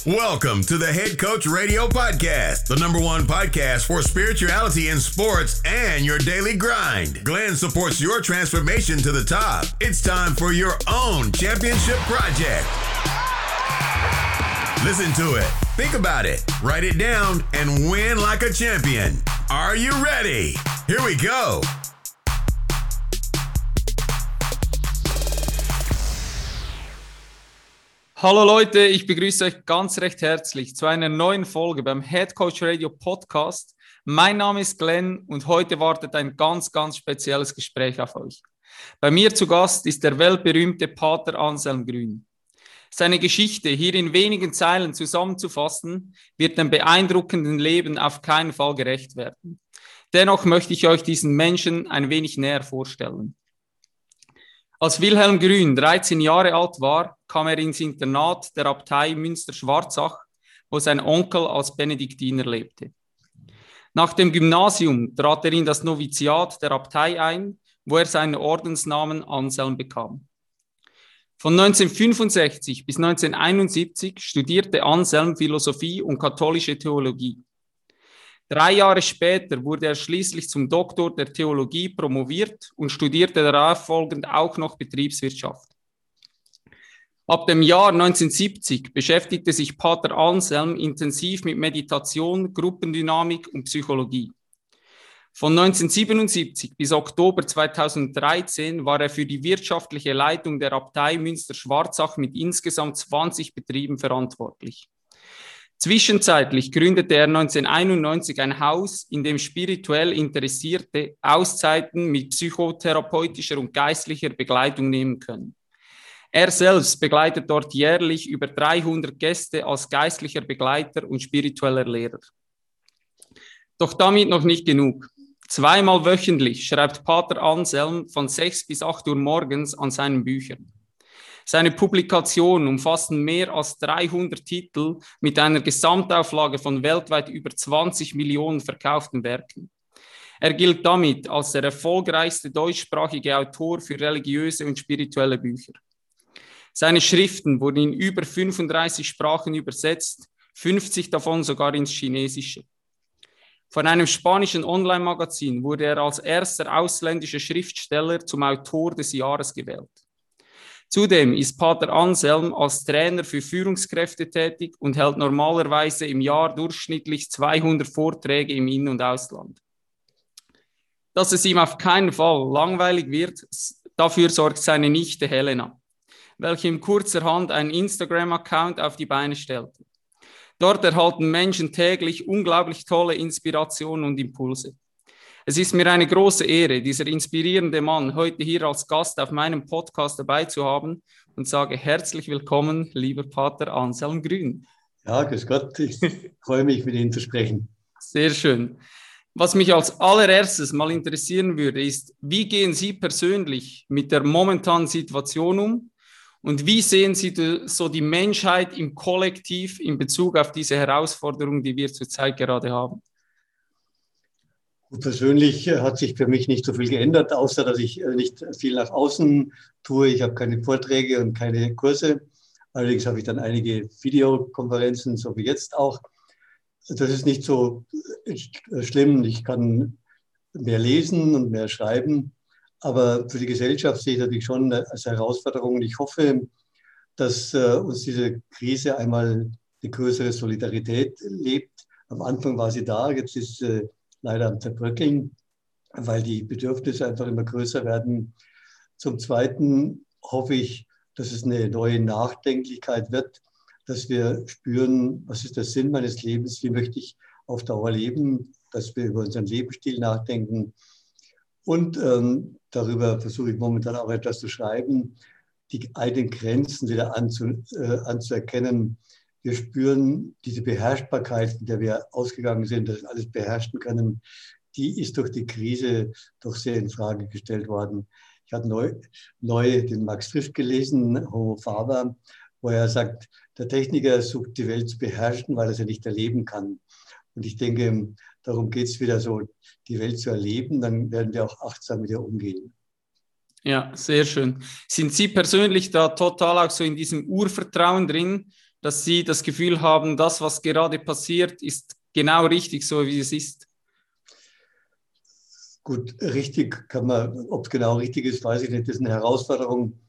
Welcome to the Head Coach Radio Podcast, the #1 podcast for spirituality in sports and your daily grind. Glenn supports your transformation to the top. It's time for your own championship project. Listen to it, think about it, write it down, and win like a champion. Are you ready? Here we go. Hallo Leute, ich begrüße euch ganz recht herzlich zu einer neuen Folge beim Head Coach Radio Podcast. Mein Name ist Glenn und heute wartet ein ganz spezielles Gespräch auf euch. Bei mir zu Gast ist der weltberühmte Pater Anselm Grün. Seine Geschichte hier in wenigen Zeilen zusammenzufassen, wird dem beeindruckenden Leben auf keinen Fall gerecht werden. Dennoch möchte ich euch diesen Menschen ein wenig näher vorstellen. Als Wilhelm Grün 13 Jahre alt war, kam er ins Internat der Abtei Münster-Schwarzach, wo sein Onkel als Benediktiner lebte. Nach dem Gymnasium trat er in das Noviziat der Abtei ein, wo er seinen Ordensnamen Anselm bekam. Von 1965 bis 1971 studierte Anselm Philosophie und katholische Theologie. 3 Jahre später wurde er schließlich zum Doktor der Theologie promoviert und studierte darauffolgend auch noch Betriebswirtschaft. Ab dem Jahr 1970 beschäftigte sich Pater Anselm intensiv mit Meditation, Gruppendynamik und Psychologie. Von 1977 bis Oktober 2013 war er für die wirtschaftliche Leitung der Abtei Münster-Schwarzach mit insgesamt 20 Betrieben verantwortlich. Zwischenzeitlich gründete er 1991 ein Haus, in dem spirituell Interessierte Auszeiten mit psychotherapeutischer und geistlicher Begleitung nehmen können. Er selbst begleitet dort jährlich über 300 Gäste als geistlicher Begleiter und spiritueller Lehrer. Doch damit noch nicht genug. 2-mal wöchentlich schreibt Pater Anselm von 6 bis 8 Uhr morgens an seinen Büchern. Seine Publikationen umfassen mehr als 300 Titel mit einer Gesamtauflage von weltweit über 20 Millionen verkauften Werken. Er gilt damit als der erfolgreichste deutschsprachige Autor für religiöse und spirituelle Bücher. Seine Schriften wurden in über 35 Sprachen übersetzt, 50 davon sogar ins Chinesische. Von einem spanischen Online-Magazin wurde er als erster ausländischer Schriftsteller zum Autor des Jahres gewählt. Zudem ist Pater Anselm als Trainer für Führungskräfte tätig und hält normalerweise im Jahr durchschnittlich 200 Vorträge im In- und Ausland. Dass es ihm auf keinen Fall langweilig wird, dafür sorgt seine Nichte Helena, welche ihm kurzerhand einen Instagram-Account auf die Beine stellte. Dort erhalten Menschen täglich unglaublich tolle Inspirationen und Impulse. Es ist mir eine große Ehre, dieser inspirierende Mann heute hier als Gast auf meinem Podcast dabei zu haben und sage herzlich willkommen, lieber Pater Anselm Grün. Ja, grüß Gott, ich freue mich, mit Ihnen zu sprechen. Sehr schön. Was mich als allererstes mal interessieren würde, ist, wie gehen Sie persönlich mit der momentanen Situation um und wie sehen Sie so die Menschheit im Kollektiv in Bezug auf diese Herausforderung, die wir zurzeit gerade haben? Persönlich hat sich für mich nicht so viel geändert, außer dass ich nicht viel nach außen tue. Ich habe keine Vorträge und keine Kurse. Allerdings habe ich dann einige Videokonferenzen, so wie jetzt auch. Das ist nicht so schlimm. Ich kann mehr lesen und mehr schreiben. Aber für die Gesellschaft sehe ich natürlich schon als Herausforderung. Und ich hoffe, dass uns diese Krise einmal eine größere Solidarität lebt. Am Anfang war sie da, jetzt ist leider am Zerbröckeln, weil die Bedürfnisse einfach immer größer werden. Zum Zweiten hoffe ich, dass es eine neue Nachdenklichkeit wird, dass wir spüren, was ist der Sinn meines Lebens, wie möchte ich auf Dauer leben, dass wir über unseren Lebensstil nachdenken. Und darüber versuche ich momentan auch etwas zu schreiben, die eigenen Grenzen wieder anzuerkennen. Wir spüren diese Beherrschbarkeit, in der wir ausgegangen sind, dass wir alles beherrschen können, die ist durch die Krise doch sehr in Frage gestellt worden. Ich habe neu den Max Frisch gelesen, Homo Faber, wo er sagt, der Techniker sucht die Welt zu beherrschen, weil er sie nicht erleben kann. Und ich denke, darum geht es wieder so, die Welt zu erleben, dann werden wir auch achtsam mit ihr umgehen. Ja, sehr schön. Sind Sie persönlich da total auch so in diesem Urvertrauen drin dass Sie das Gefühl haben, das, was gerade passiert, ist genau richtig, so wie es ist? Gut, richtig kann man, ob es genau richtig ist, weiß ich nicht. Das ist eine Herausforderung.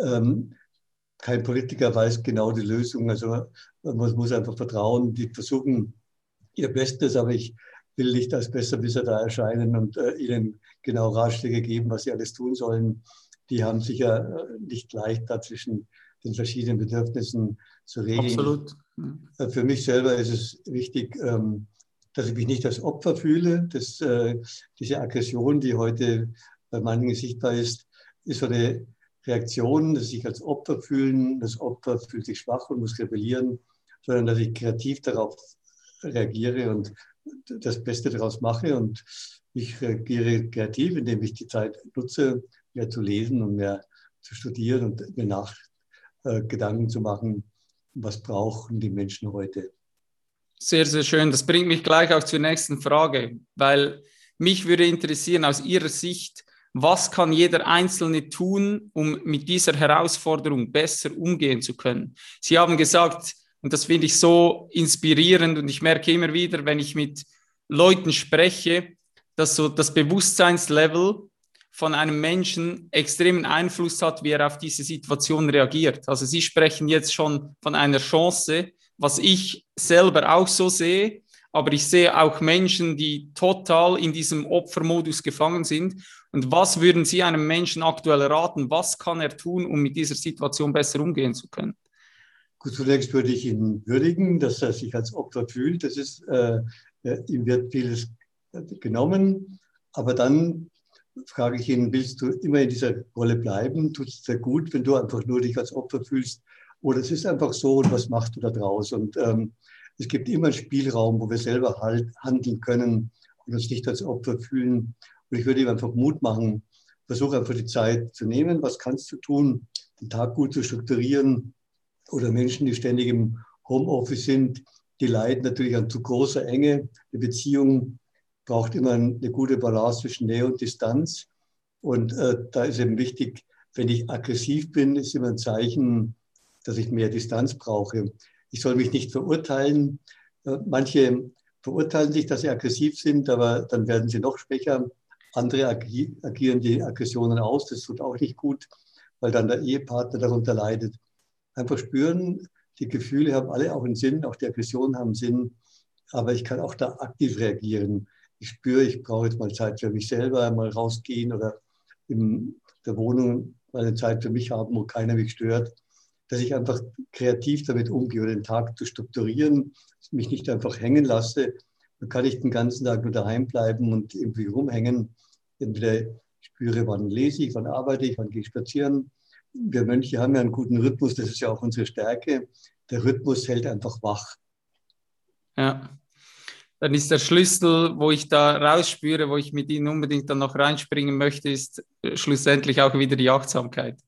Kein Politiker weiß genau die Lösung. Also man muss einfach vertrauen. Die versuchen ihr Bestes, aber ich will nicht als Besserwisser da erscheinen und ihnen genau Ratschläge geben, was sie alles tun sollen. Die haben sicher nicht leicht, da zwischen den verschiedenen Bedürfnissen zu regeln. Absolut. Für mich selber ist es wichtig, dass ich mich nicht als Opfer fühle. Diese Aggression, die heute bei manchen sichtbar ist, ist so eine Reaktion, dass sich als Opfer fühlen. Das Opfer fühlt sich schwach und muss rebellieren, sondern dass ich kreativ darauf reagiere und das Beste daraus mache. Und ich reagiere kreativ, indem ich die Zeit nutze, mehr zu lesen und mehr zu studieren und mir Gedanken zu machen, was brauchen die Menschen heute. Sehr, sehr schön. Das bringt mich gleich auch zur nächsten Frage, weil mich würde interessieren aus Ihrer Sicht, was kann jeder Einzelne tun, um mit dieser Herausforderung besser umgehen zu können? Sie haben gesagt, und das finde ich so inspirierend und ich merke immer wieder, wenn ich mit Leuten spreche, dass so das Bewusstseinslevel von einem Menschen extremen Einfluss hat, wie er auf diese Situation reagiert. Also Sie sprechen jetzt schon von einer Chance, was ich selber auch so sehe, aber ich sehe auch Menschen, die total in diesem Opfermodus gefangen sind. Und was würden Sie einem Menschen aktuell raten? Was kann er tun, um mit dieser Situation besser umgehen zu können? Gut, zunächst würde ich ihn würdigen, dass er sich als Opfer fühlt. Das ist, ihm wird vieles genommen, aber dann frage ich ihn, willst du immer in dieser Rolle bleiben? Tut es dir gut, wenn du einfach nur dich als Opfer fühlst? Oder es ist einfach so, und was machst du da draus? Und es gibt immer einen Spielraum, wo wir selber handeln können und uns nicht als Opfer fühlen. Und ich würde ihm einfach Mut machen, versuche einfach die Zeit zu nehmen. Was kannst du tun, den Tag gut zu strukturieren? Oder Menschen, die ständig im Homeoffice sind, die leiden natürlich an zu großer Enge. Die Beziehung braucht immer eine gute Balance zwischen Nähe und Distanz. Und da ist eben wichtig, wenn ich aggressiv bin, ist immer ein Zeichen, dass ich mehr Distanz brauche. Ich soll mich nicht verurteilen. Manche verurteilen sich, dass sie aggressiv sind, aber dann werden sie noch schwächer. Andere agieren die Aggressionen aus. Das tut auch nicht gut, weil dann der Ehepartner darunter leidet. Einfach spüren, die Gefühle haben alle auch einen Sinn, auch die Aggressionen haben einen Sinn, aber ich kann auch da aktiv reagieren. Ich spüre, ich brauche jetzt mal Zeit für mich selber, mal rausgehen oder in der Wohnung mal eine Zeit für mich haben, wo keiner mich stört, dass ich einfach kreativ damit umgehe, den Tag zu strukturieren, mich nicht einfach hängen lasse. Dann kann ich den ganzen Tag nur daheim bleiben und irgendwie rumhängen. Entweder ich spüre, wann lese ich, wann arbeite ich, wann gehe ich spazieren. Wir Mönche haben ja einen guten Rhythmus, das ist ja auch unsere Stärke. Der Rhythmus hält einfach wach. Ja, dann ist der Schlüssel, wo ich da rausspüre, wo ich mit Ihnen unbedingt dann noch reinspringen möchte, ist schlussendlich auch wieder die Achtsamkeit.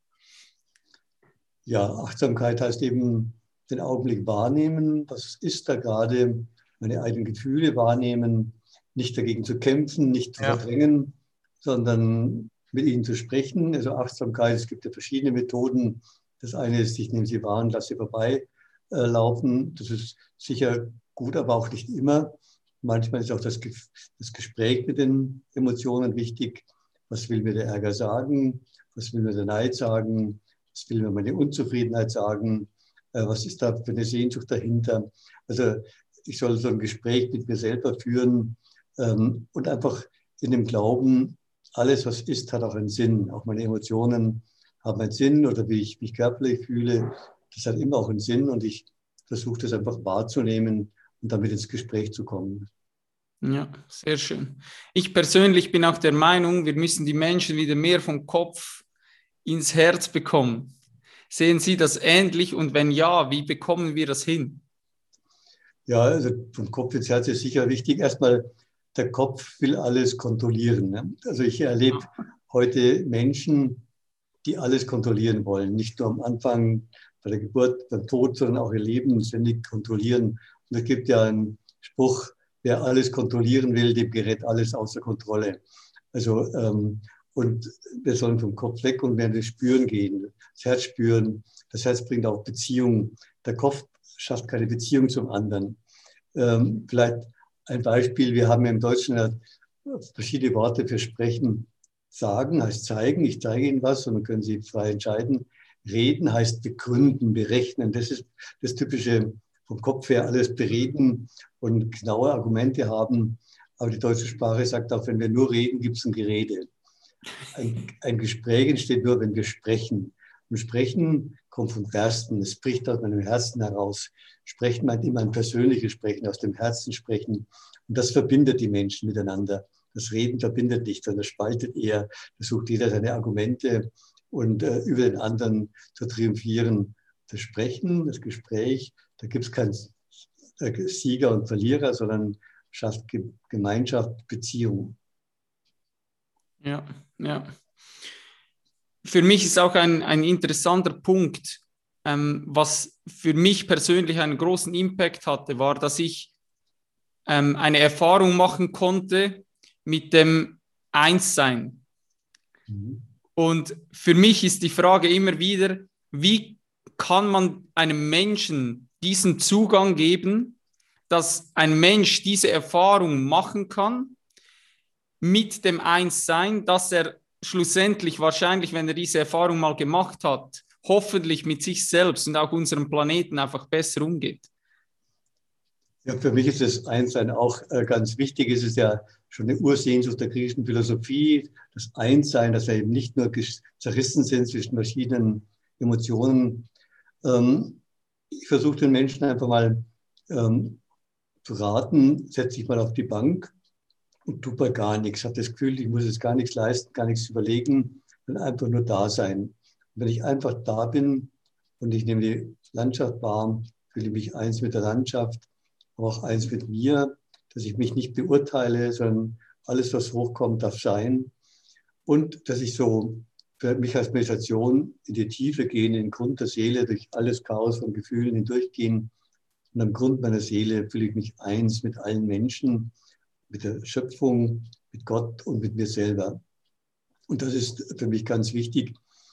Ja, Achtsamkeit heißt eben den Augenblick wahrnehmen. Was ist da gerade? Meine eigenen Gefühle wahrnehmen, nicht dagegen zu kämpfen, nicht zu verdrängen, sondern mit ihnen zu sprechen. Also Achtsamkeit, es gibt ja verschiedene Methoden. Das eine ist, ich nehme sie wahr und lasse sie vorbeilaufen. Das ist sicher gut, aber auch nicht immer. Manchmal ist auch das Gespräch mit den Emotionen wichtig. Was will mir der Ärger sagen? Was will mir der Neid sagen? Was will mir meine Unzufriedenheit sagen? Was ist da für eine Sehnsucht dahinter? Also ich soll so ein Gespräch mit mir selber führen und einfach in dem Glauben, alles, was ist, hat auch einen Sinn. Auch meine Emotionen haben einen Sinn oder wie ich mich körperlich fühle, das hat immer auch einen Sinn und ich versuche das einfach wahrzunehmen und damit ins Gespräch zu kommen. Ja, sehr schön. Ich persönlich bin auch der Meinung, wir müssen die Menschen wieder mehr vom Kopf ins Herz bekommen. Sehen Sie das ähnlich und wenn ja, wie bekommen wir das hin? Ja, also vom Kopf ins Herz ist sicher wichtig. Erstmal, der Kopf will alles kontrollieren. Ne? Also ich erlebe heute Menschen, die alles kontrollieren wollen. Nicht nur am Anfang bei der Geburt, beim Tod, sondern auch ihr Leben ständig kontrollieren. Und es gibt ja einen Spruch, wer alles kontrollieren will, dem gerät alles außer Kontrolle. Also, und wir sollen vom Kopf weg und werden das Spüren gehen, das Herz spüren. Das Herz bringt auch Beziehung. Der Kopf schafft keine Beziehung zum anderen. Vielleicht ein Beispiel, wir haben ja im Deutschen verschiedene Worte für sprechen. Sagen heißt zeigen, ich zeige Ihnen was und dann können Sie frei entscheiden. Reden heißt begründen, berechnen. Das ist das Typische vom Kopf her, alles bereden und genaue Argumente haben. Aber die deutsche Sprache sagt auch, wenn wir nur reden, gibt es ein Gerede. Ein Gespräch entsteht nur, wenn wir sprechen. Und Sprechen kommt vom Herzen, es spricht aus meinem Herzen heraus. Sprechen meint immer ein persönliches Sprechen, aus dem Herzen sprechen. Und das verbindet die Menschen miteinander. Das Reden verbindet nicht, sondern das spaltet eher. Da sucht jeder seine Argumente und über den anderen zu triumphieren. Das Sprechen, das Gespräch, da gibt es keinen Sieger und Verlierer, sondern schafft Gemeinschaft, Beziehung. Ja, ja. Für mich ist auch ein interessanter Punkt, was für mich persönlich einen großen Impact hatte, war, dass ich eine Erfahrung machen konnte mit dem Einssein. Mhm. Und für mich ist die Frage immer wieder, wie kann man einem Menschen diesen Zugang geben, dass ein Mensch diese Erfahrung machen kann mit dem Einssein, dass er schlussendlich wahrscheinlich, wenn er diese Erfahrung mal gemacht hat, hoffentlich mit sich selbst und auch unserem Planeten einfach besser umgeht. Ja, für mich ist das Einssein auch ganz wichtig. Es ist ja schon eine Ursehnsucht der griechischen Philosophie, das Einssein, dass wir eben nicht nur zerrissen sind zwischen verschiedenen Emotionen. Ich versuche den Menschen einfach mal zu raten, setz dich mal auf die Bank und tu mal gar nichts. Ich habe das Gefühl, ich muss jetzt gar nichts leisten, gar nichts überlegen, sondern einfach nur da sein. Und wenn ich einfach da bin und ich nehme die Landschaft wahr, fühle ich mich eins mit der Landschaft, aber auch eins mit mir, dass ich mich nicht beurteile, sondern alles, was hochkommt, darf sein. Und dass ich so für mich als Meditation in die Tiefe gehen, in den Grund der Seele, durch alles Chaos von Gefühlen hindurchgehen. Und am Grund meiner Seele fühle ich mich eins mit allen Menschen, mit der Schöpfung, mit Gott und mit mir selber. Und das ist für mich ganz wichtig.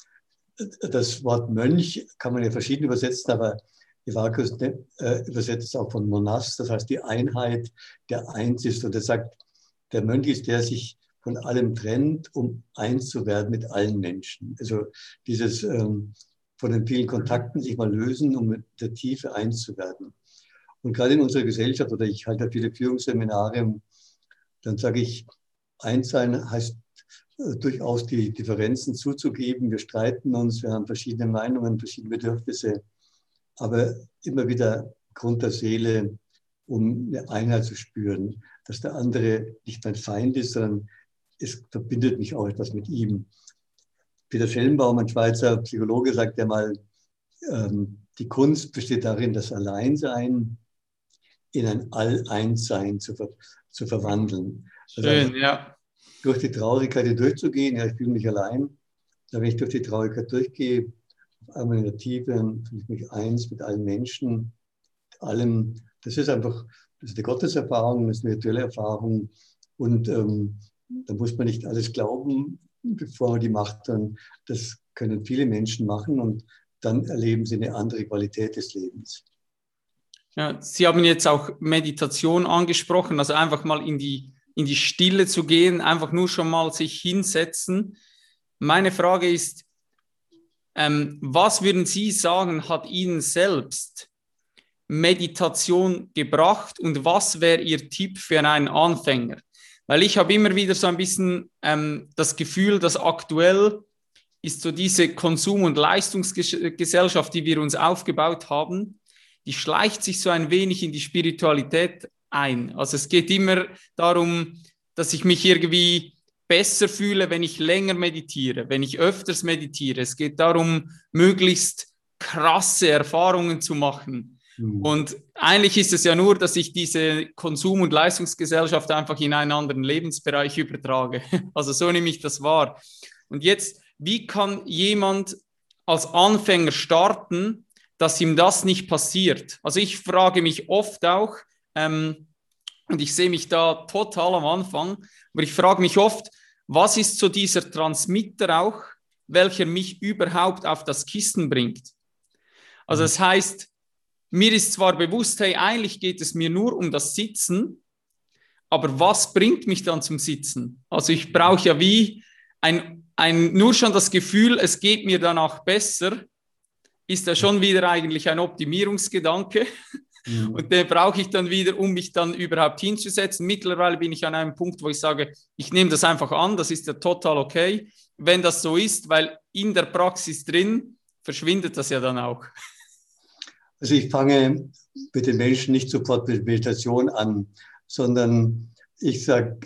Das Wort Mönch kann man ja verschieden übersetzen, aber Evagrius übersetzt es auch von Monas, das heißt die Einheit, der eins ist. Und er sagt, der Mönch ist, der sich von allem trennt, um eins zu werden mit allen Menschen. Also dieses von den vielen Kontakten sich mal lösen, um mit der Tiefe eins zu werden. Und gerade in unserer Gesellschaft, oder ich halte viele Führungsseminare, dann sage ich, eins sein heißt durchaus die Differenzen zuzugeben. Wir streiten uns, wir haben verschiedene Meinungen, verschiedene Bedürfnisse, aber immer wieder Grund der Seele, um eine Einheit zu spüren, dass der andere nicht mein Feind ist, sondern es verbindet mich auch etwas mit ihm. Peter Schellenbaum, ein Schweizer Psychologe, sagt ja mal, die Kunst besteht darin, das Alleinsein in ein All-Eins-Sein zu verwandeln. Schön, also ja. Durch die Traurigkeit hindurchzugehen, ja, ich fühle mich allein, aber wenn ich durch die Traurigkeit durchgehe, auf einmal in der Tiefe, fühle ich mich eins mit allen Menschen, mit allem. Das ist einfach, das ist eine Gotteserfahrung, das ist eine virtuelle Erfahrung und da muss man nicht alles glauben, bevor man die macht. Das können viele Menschen machen und dann erleben sie eine andere Qualität des Lebens. Ja, Sie haben jetzt auch Meditation angesprochen, also einfach mal in die Stille zu gehen, einfach nur schon mal sich hinsetzen. Meine Frage ist, was würden Sie sagen, hat Ihnen selbst Meditation gebracht und was wäre Ihr Tipp für einen Anfänger? Weil ich habe immer wieder so ein bisschen das Gefühl, dass aktuell ist so diese Konsum- und Leistungsgesellschaft, die wir uns aufgebaut haben, die schleicht sich so ein wenig in die Spiritualität ein. Also es geht immer darum, dass ich mich irgendwie besser fühle, wenn ich länger meditiere, wenn ich öfters meditiere. Es geht darum, möglichst krasse Erfahrungen zu machen. Und eigentlich ist es ja nur, dass ich diese Konsum- und Leistungsgesellschaft einfach in einen anderen Lebensbereich übertrage. Also so nehme ich das wahr. Und jetzt, wie kann jemand als Anfänger starten, dass ihm das nicht passiert? Also ich frage mich oft auch, und ich sehe mich da total am Anfang, aber ich frage mich oft, was ist so dieser Transmitter auch, welcher mich überhaupt auf das Kissen bringt? Also das heißt, mir ist zwar bewusst, hey, eigentlich geht es mir nur um das Sitzen, aber was bringt mich dann zum Sitzen? Also ich brauche ja wie nur schon das Gefühl, es geht mir danach besser, ist ja schon wieder eigentlich ein Optimierungsgedanke. Und den brauche ich dann wieder, um mich dann überhaupt hinzusetzen. Mittlerweile bin ich an einem Punkt, wo ich sage, ich nehme das einfach an, das ist ja total okay, wenn das so ist, weil in der Praxis drin verschwindet das ja dann auch. Also ich fange mit den Menschen nicht sofort mit Meditation an, sondern ich sage,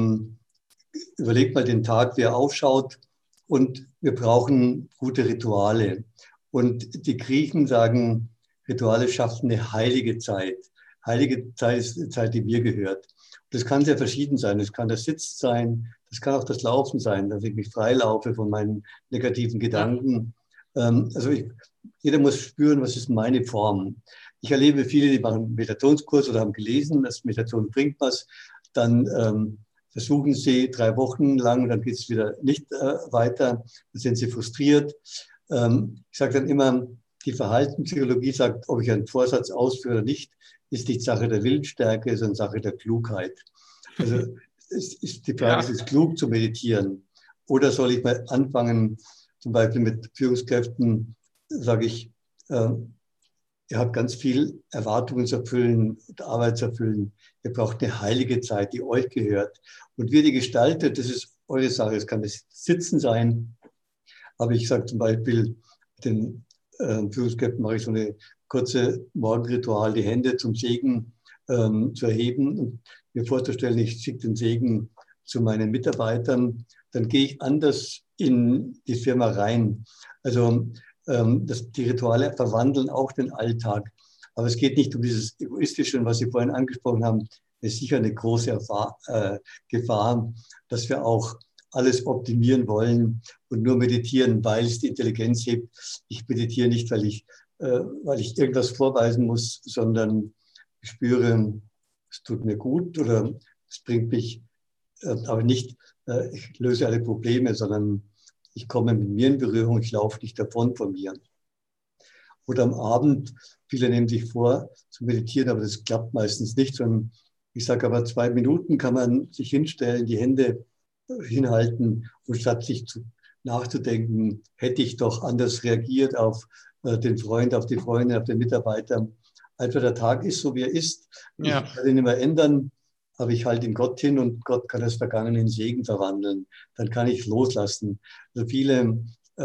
überlegt mal den Tag, wie er aufschaut, und wir brauchen gute Rituale. Und die Griechen sagen, Rituale schaffen eine heilige Zeit. Heilige Zeit ist eine Zeit, die mir gehört. Und das kann sehr verschieden sein. Es kann das Sitzen sein, das kann auch das Laufen sein, dass ich mich freilaufe von meinen negativen Gedanken. Also jeder muss spüren, was ist meine Form. Ich erlebe viele, die machen einen Meditationskurs oder haben gelesen, dass Meditation bringt was. Dann versuchen sie 3 Wochen lang, dann geht es wieder nicht weiter. Dann sind sie frustriert. Ich sage dann immer, die Verhaltenspsychologie sagt, ob ich einen Vorsatz ausführe oder nicht, ist nicht Sache der Willensstärke, sondern Sache der Klugheit. Also es ist die Frage, ist es klug zu meditieren? Oder soll ich mal anfangen, zum Beispiel mit Führungskräften, sage ich, ihr habt ganz viel Erwartungen zu erfüllen, Arbeit zu erfüllen. Ihr braucht eine heilige Zeit, die euch gehört. Und wie ihr die gestaltet, das ist eure Sache. Es kann das Sitzen sein. Aber ich sage zum Beispiel, den Führungskräften mache ich so eine kurze Morgenritual, die Hände zum Segen zu erheben und mir vorzustellen, ich schicke den Segen zu meinen Mitarbeitern. Dann gehe ich anders in die Firma rein. Also die Rituale verwandeln auch den Alltag. Aber es geht nicht um dieses Egoistische, was Sie vorhin angesprochen haben. Es ist sicher eine große Gefahr, dass wir auch alles optimieren wollen und nur meditieren, weil es die Intelligenz hebt. Ich meditiere nicht, weil ich irgendwas vorweisen muss, sondern ich spüre, es tut mir gut oder es bringt mich, aber nicht, ich löse alle Probleme, sondern ich komme mit mir in Berührung, ich laufe nicht davon von mir. Oder am Abend, viele nehmen sich vor zu meditieren, aber das klappt meistens nicht, sondern ich sage aber 2 Minuten kann man sich hinstellen, die Hände hinhalten und statt sich nachzudenken, hätte ich doch anders reagiert auf den Freund, auf die Freundin, auf den Mitarbeiter. Einfach der Tag ist so, wie er ist. Ja. Ich kann ihn nicht mehr ändern, aber ich halte ihn Gott hin und Gott kann das Vergangene in Segen verwandeln. Dann kann ich loslassen. Also viele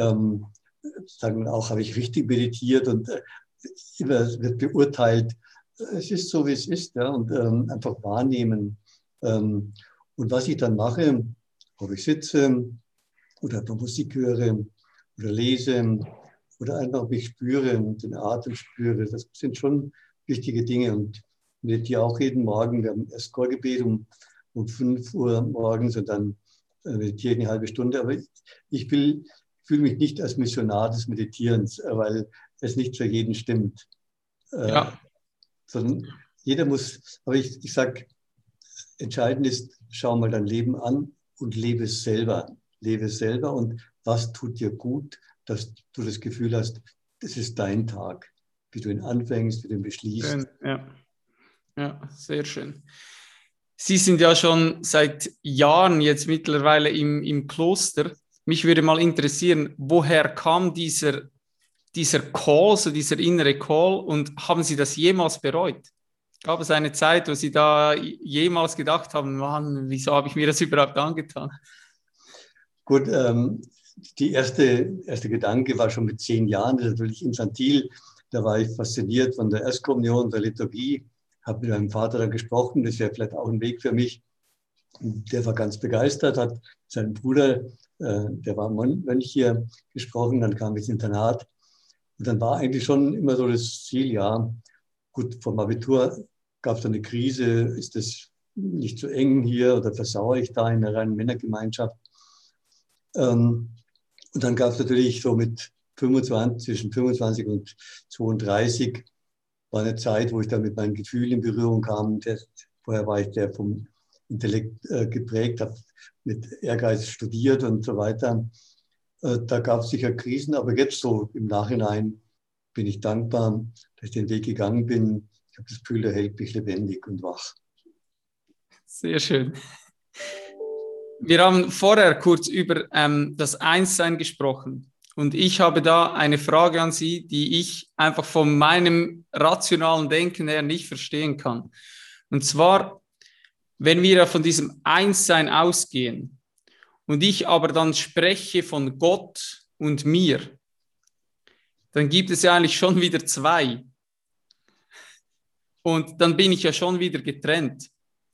sagen auch, habe ich richtig meditiert und immer wird beurteilt. Es ist so, wie es ist, ja, und einfach wahrnehmen. Und was ich dann mache, ob ich sitze oder Musik höre oder lese oder einfach mich spüre und den Atem spüre, das sind schon wichtige Dinge. Und ich meditiere auch jeden Morgen. Wir haben erst Chorgebet um 5 Uhr morgens und dann meditiere ich eine halbe Stunde. Aber ich fühle mich nicht als Missionar des Meditierens, weil es nicht für jeden stimmt. Ja. Sondern jeder muss, aber ich sage, entscheidend ist, schau mal dein Leben an und lebe es selber. Lebe es selber und was tut dir gut, dass du das Gefühl hast, das ist dein Tag, wie du ihn anfängst, wie du ihn beschließt. Schön, ja, sehr schön. Sie sind ja schon seit Jahren jetzt mittlerweile im Kloster. Mich würde mal interessieren, woher kam dieser Call, so dieser innere Call, und haben Sie das jemals bereut? Gab es eine Zeit, wo Sie da jemals gedacht haben, Mann, wieso habe ich mir das überhaupt angetan? Gut, die erste Gedanke war schon mit 10 Jahren, das ist natürlich infantil. Da war ich fasziniert von der Erstkommunion, der Liturgie, habe mit meinem Vater dann gesprochen, das wäre vielleicht auch ein Weg für mich. Der war ganz begeistert, hat seinen Bruder, der war Mönch hier, gesprochen, dann kam ich ins Internat. Und dann war eigentlich schon immer so das Ziel, ja, gut, vom Abitur gab es dann eine Krise, ist das nicht zu eng hier oder versauere ich da in der reinen Männergemeinschaft? Und dann gab es natürlich so mit 25, zwischen 25 und 32 war eine Zeit, wo ich dann mit meinen Gefühlen in Berührung kam. Vorher war ich der vom Intellekt geprägt, habe mit Ehrgeiz studiert und so weiter. Da gab es sicher Krisen, aber jetzt so im Nachhinein bin ich dankbar. dass ich den Weg gegangen bin. Ich habe das Gefühl, der hält mich lebendig und wach. Sehr schön. Wir haben vorher kurz über das Einssein gesprochen. Und ich habe da eine Frage an Sie, die ich einfach von meinem rationalen Denken her nicht verstehen kann. Und zwar, wenn wir ja von diesem Einssein ausgehen und ich aber dann spreche von Gott und mir, dann gibt es ja eigentlich schon wieder zwei. Und dann bin ich ja schon wieder getrennt.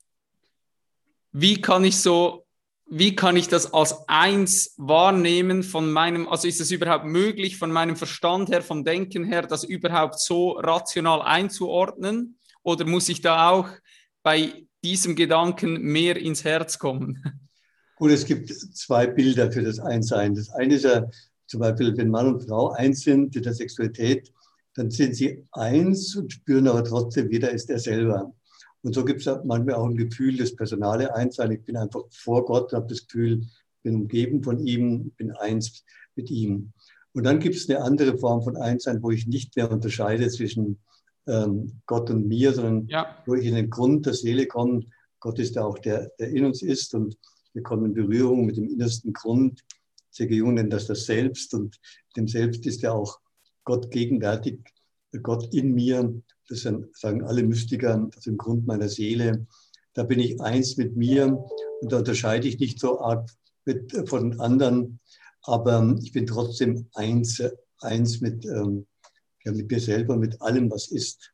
Wie kann ich das als eins wahrnehmen von meinem, also ist es überhaupt möglich, von meinem Verstand her, vom Denken her, das überhaupt so rational einzuordnen? Oder muss ich da auch bei diesem Gedanken mehr ins Herz kommen? Gut, es gibt zwei Bilder für das Einssein. Das eine ist ja zum Beispiel, wenn Mann und Frau eins sind in der Sexualität, dann sind sie eins und spüren aber trotzdem, jeder ist er selber. Und so gibt es manchmal auch ein Gefühl des personale Einssein. Ich bin einfach vor Gott, habe das Gefühl, ich bin umgeben von ihm, bin eins mit ihm. Und dann gibt es eine andere Form von Einssein, wo ich nicht mehr unterscheide zwischen Gott und mir, sondern wo ich in den Grund der Seele komme. Gott ist ja auch der in uns ist und wir kommen in Berührung mit dem innersten Grund. C.G. Jung nennt das Selbst und dem Selbst ist ja auch Gott gegenwärtig, Gott in mir. Das sagen alle Mystiker, das ist im Grund meiner Seele. Da bin ich eins mit mir und da unterscheide ich nicht so arg von anderen, aber ich bin trotzdem eins mit mir selber, mit allem, was ist.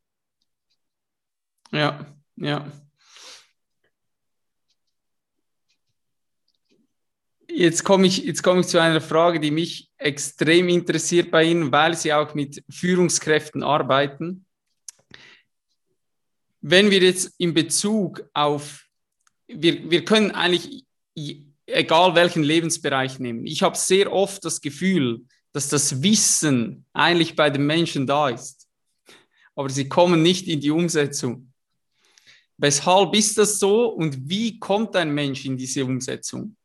Ja, ja. Jetzt komme ich zu einer Frage, die mich extrem interessiert bei Ihnen, weil Sie auch mit Führungskräften arbeiten. Wenn wir jetzt in Bezug auf, wir können eigentlich egal welchen Lebensbereich nehmen. Ich habe sehr oft das Gefühl, dass das Wissen eigentlich bei den Menschen da ist, aber sie kommen nicht in die Umsetzung. Weshalb ist das so und wie kommt ein Mensch in diese Umsetzung?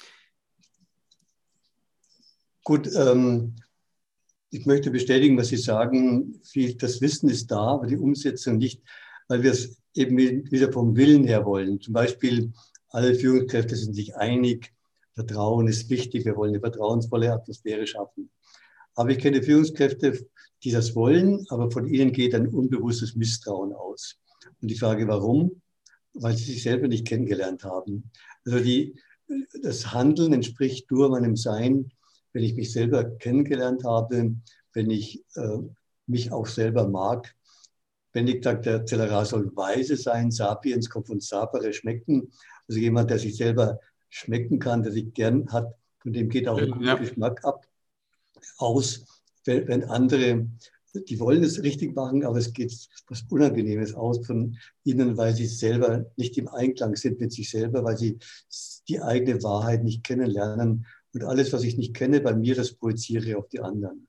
Gut, ich möchte bestätigen, was Sie sagen. Das Wissen ist da, aber die Umsetzung nicht, weil wir es eben wieder vom Willen her wollen. Zum Beispiel, alle Führungskräfte sind sich einig, Vertrauen ist wichtig, wir wollen eine vertrauensvolle Atmosphäre schaffen. Aber ich kenne Führungskräfte, die das wollen, aber von ihnen geht ein unbewusstes Misstrauen aus. Und die Frage, warum? Weil sie sich selber nicht kennengelernt haben. Also das Handeln entspricht nur meinem Sein, wenn ich mich selber kennengelernt habe, wenn ich mich auch selber mag. Benedikt sagt, der Cellerar soll weise sein, sapiens kommt von sapere, schmecken. Also jemand, der sich selber schmecken kann, der sich gern hat, von dem geht auch ein guter Geschmack aus. Wenn andere, die wollen es richtig machen, aber es geht was Unangenehmes aus von ihnen, weil sie selber nicht im Einklang sind mit sich selber, weil sie die eigene Wahrheit nicht kennenlernen. Und alles, was ich nicht kenne, bei mir, das projiziere auf die anderen.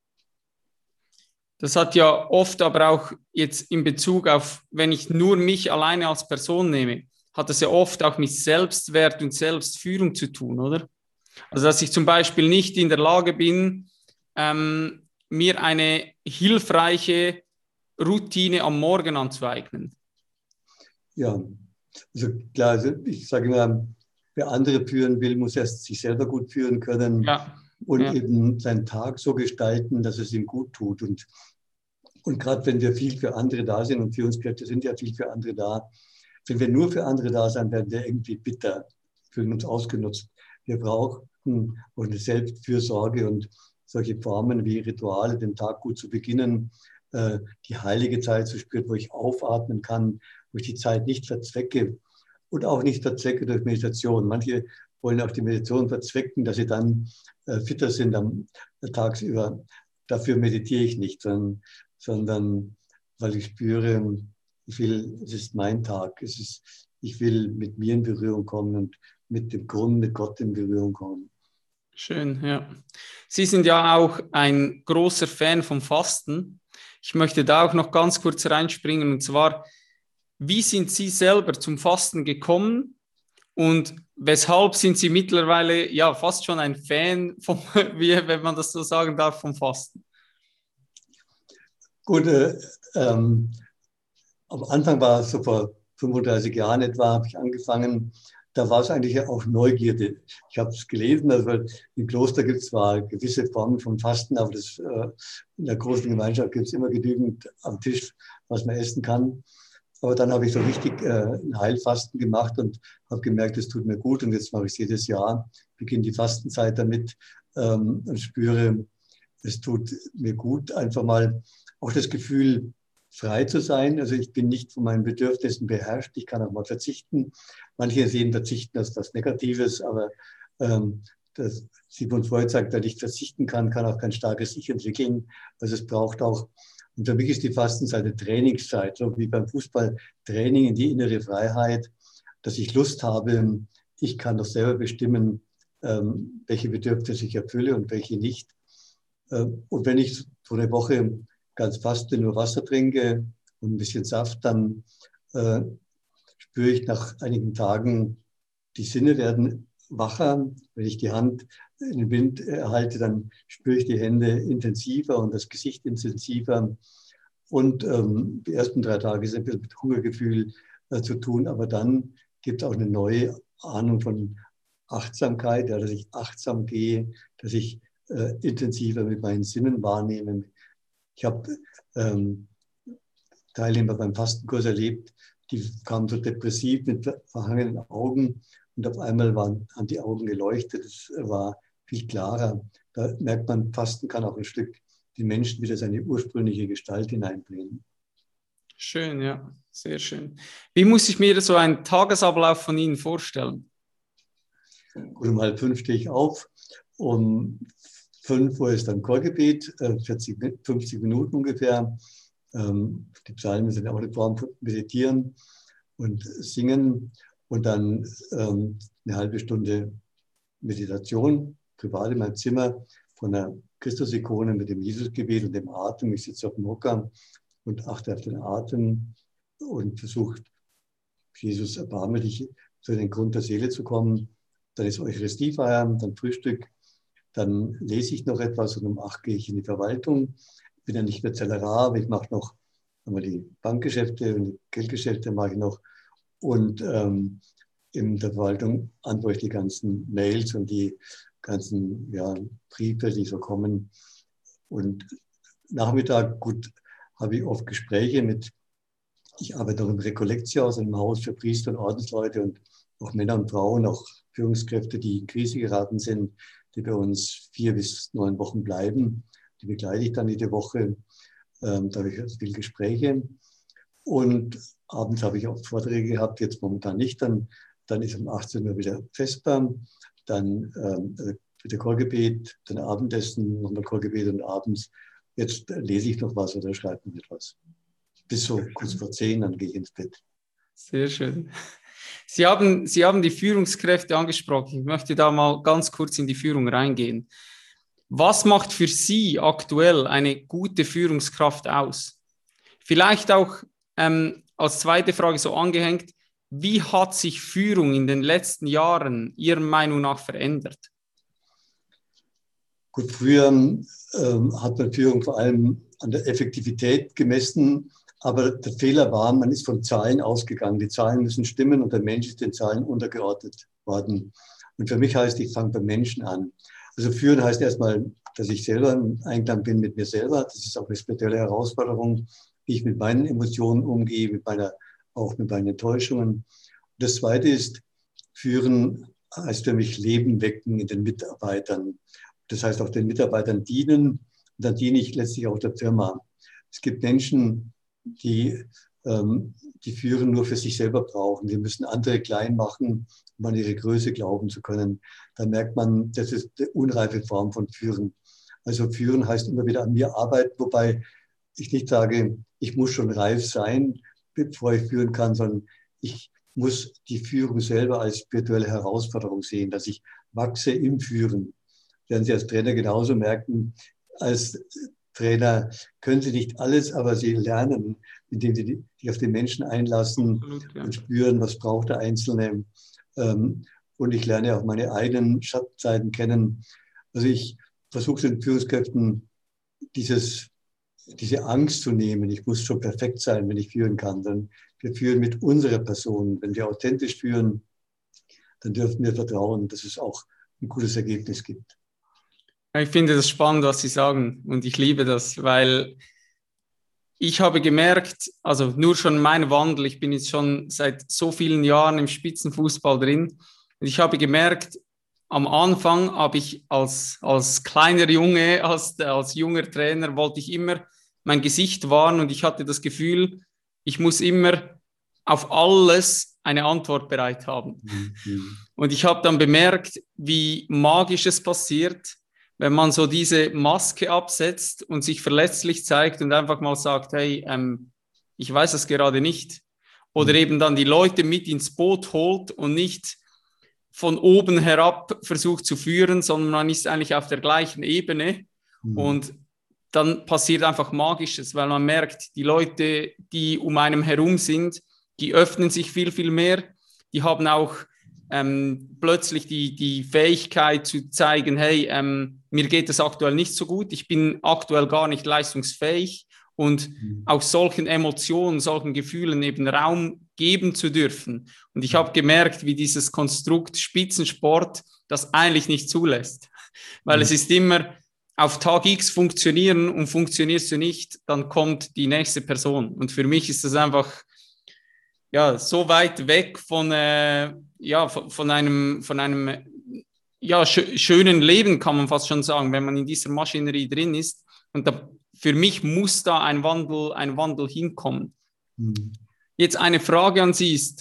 Das hat ja oft aber auch jetzt in Bezug auf, wenn ich nur mich alleine als Person nehme, hat das ja oft auch mit Selbstwert und Selbstführung zu tun, oder? Also, dass ich zum Beispiel nicht in der Lage bin, mir eine hilfreiche Routine am Morgen anzueignen. Ja, also klar, also ich sage immer, wer andere führen will, muss erst sich selber gut führen können und eben seinen Tag so gestalten, dass es ihm gut tut. Und gerade wenn wir viel für andere da sind, und Führungskräfte sind ja viel für andere da, wenn wir nur für andere da sind, werden wir irgendwie bitter, fühlen uns ausgenutzt. Wir brauchen eine Selbstfürsorge und solche Formen wie Rituale, den Tag gut zu beginnen, die heilige Zeit zu spüren, wo ich aufatmen kann, wo ich die Zeit nicht verzwecke und auch nicht verzwecke durch Meditation. Manche wollen auch die Meditation verzwecken, dass sie dann fitter sind tagsüber. Dafür meditiere ich nicht, sondern weil ich spüre, es ist mein Tag. Ich will mit mir in Berührung kommen und mit dem Grund, mit Gott in Berührung kommen. Schön, ja. Sie sind ja auch ein großer Fan vom Fasten. Ich möchte da auch noch ganz kurz reinspringen, und zwar, wie sind Sie selber zum Fasten gekommen und weshalb sind Sie mittlerweile ja fast schon ein Fan, wenn man das so sagen darf, vom Fasten? Gut, am Anfang war es so vor 35 Jahren etwa, habe ich angefangen. Da war es eigentlich auch Neugierde. Ich habe es gelesen, also im Kloster gibt es zwar gewisse Formen von Fasten, aber in der großen Gemeinschaft gibt es immer genügend am Tisch, was man essen kann. Aber dann habe ich so richtig ein Heilfasten gemacht und habe gemerkt, es tut mir gut. Und jetzt mache ich es jedes Jahr, beginne die Fastenzeit damit und spüre, es tut mir gut, einfach mal auch das Gefühl, frei zu sein. Also ich bin nicht von meinen Bedürfnissen beherrscht. Ich kann auch mal verzichten. Manche sehen Verzichten als was Negatives, aber Sigmund Freud sagt, wer nicht verzichten kann, kann auch kein starkes Ich entwickeln. Also es braucht auch, und für mich ist die Fastenzeit eine Trainingszeit, so wie beim Fußball Training in die innere Freiheit, dass ich Lust habe, ich kann doch selber bestimmen, welche Bedürfnisse ich erfülle und welche nicht. Und wenn ich so eine Woche ganz faste, nur Wasser trinke und ein bisschen Saft, dann spüre ich nach einigen Tagen, die Sinne werden wacher. Wenn ich die Hand in den Wind halte, dann spüre ich die Hände intensiver und das Gesicht intensiver. Und die ersten 3 Tage sind mit Hungergefühl zu tun, aber dann gibt es auch eine neue Ahnung von Achtsamkeit, ja, dass ich achtsam gehe, dass ich intensiver mit meinen Sinnen wahrnehme. Ich habe Teilnehmer beim Fastenkurs erlebt, die kamen so depressiv mit verhangenen Augen und auf einmal haben die Augen geleuchtet. Es war viel klarer. Da merkt man, Fasten kann auch ein Stück den Menschen wieder seine ursprüngliche Gestalt hineinbringen. Schön, ja, sehr schön. Wie muss ich mir so einen Tagesablauf von Ihnen vorstellen? Gut, um 4:30 stehe ich auf. Um 5 Uhr ist dann Chorgebet, 50 Minuten ungefähr. Die Psalmen sind auch eine Form von Meditieren und Singen. Und dann eine halbe Stunde Meditation, privat in meinem Zimmer, von einer Christusikone mit dem Jesusgebet und dem Atem. Ich sitze auf dem Hocker und achte auf den Atem und versuche, Jesus erbarmentlich zu den Grund der Seele zu kommen. Dann ist Eucharistiefeier, dann Frühstück, dann lese ich noch etwas und um 8 gehe ich in die Verwaltung. Ich bin ja nicht mehr Zellerar, aber ich mache noch einmal die Bankgeschäfte und die Geldgeschäfte mache ich noch. Und in der Verwaltung antworte ich die ganzen Mails und die ganzen Briefe, die so kommen. Und Nachmittag, gut, habe ich oft Gespräche ich arbeite auch im Rekollektiehaus, einem Haus für Priester und Ordensleute und auch Männer und Frauen, auch Führungskräfte, die in Krise geraten sind, die bei uns 4 bis 9 Wochen bleiben. Die begleite ich dann jede Woche. Da habe ich viele Gespräche. Und abends habe ich auch Vorträge gehabt, jetzt momentan nicht. Dann ist um 18 Uhr wieder Vesper, dann wieder Chorgebet, dann Abendessen, nochmal Chorgebet und abends. Jetzt lese ich noch was oder schreibe noch etwas. Bis so kurz vor 10, dann gehe ich ins Bett. Sehr schön. Sie haben die Führungskräfte angesprochen. Ich möchte da mal ganz kurz in die Führung reingehen. Was macht für Sie aktuell eine gute Führungskraft aus? Vielleicht auch als zweite Frage so angehängt, wie hat sich Führung in den letzten Jahren Ihrer Meinung nach verändert? Gut, früher hat man Führung vor allem an der Effektivität gemessen, aber der Fehler war, man ist von Zahlen ausgegangen. Die Zahlen müssen stimmen und der Mensch ist den Zahlen untergeordnet worden. Und für mich heißt, ich fange beim Menschen an. Also führen heißt erstmal, dass ich selber im Einklang bin mit mir selber. Das ist auch eine spezielle Herausforderung, wie ich mit meinen Emotionen umgehe, auch mit meinen Enttäuschungen. Und das Zweite ist, führen heißt für mich Leben wecken in den Mitarbeitern. Das heißt auch den Mitarbeitern dienen. Und dann diene ich letztlich auch der Firma. Es gibt Menschen, die Führen nur für sich selber brauchen. Die müssen andere klein machen, um an ihre Größe glauben zu können. Da merkt man, das ist eine unreife Form von Führen. Also Führen heißt immer wieder an mir arbeiten, wobei ich nicht sage, ich muss schon reif sein, bevor ich führen kann, sondern ich muss die Führung selber als spirituelle Herausforderung sehen, dass ich wachse im Führen. Werden Sie als Trainer genauso merken, als Trainer können Sie nicht alles, aber Sie lernen, indem Sie sich auf den Menschen einlassen. Absolut, ja. Und spüren, was braucht der Einzelne. Und ich lerne auch meine eigenen Schattenseiten kennen. Also ich versuche den Führungskräften dieses diese Angst zu nehmen, ich muss schon perfekt sein, wenn ich führen kann, dann wir führen mit unserer Person. Wenn wir authentisch führen, dann dürfen wir vertrauen, dass es auch ein gutes Ergebnis gibt. Ich finde das spannend, was Sie sagen, und ich liebe das, weil ich habe gemerkt, also nur schon mein Wandel, ich bin jetzt schon seit so vielen Jahren im Spitzenfußball drin, und ich habe gemerkt, am Anfang habe ich als kleiner Junge, als junger Trainer, wollte ich immer mein Gesicht wahren und ich hatte das Gefühl, ich muss immer auf alles eine Antwort bereit haben. Mhm. Und ich habe dann bemerkt, wie magisch es passiert, wenn man so diese Maske absetzt und sich verletzlich zeigt und einfach mal sagt, hey, ich weiß es gerade nicht. Oder eben dann die Leute mit ins Boot holt und nicht von oben herab versucht zu führen, sondern man ist eigentlich auf der gleichen Ebene. Und dann passiert einfach Magisches, weil man merkt, die Leute, die um einem herum sind, die öffnen sich viel, viel mehr. Die haben auch plötzlich die Fähigkeit zu zeigen, hey, mir geht es aktuell nicht so gut, ich bin aktuell gar nicht leistungsfähig, und auch solchen Emotionen, solchen Gefühlen eben Raum geben zu dürfen. Und ich habe gemerkt, wie dieses Konstrukt Spitzensport das eigentlich nicht zulässt, weil es ist immer auf Tag X funktionieren, und funktionierst du nicht, dann kommt die nächste Person. Und für mich ist das einfach so weit weg von einem schönen Leben, kann man fast schon sagen, wenn man in dieser Maschinerie drin ist. Und für mich muss da ein Wandel hinkommen. Jetzt eine Frage an Sie ist,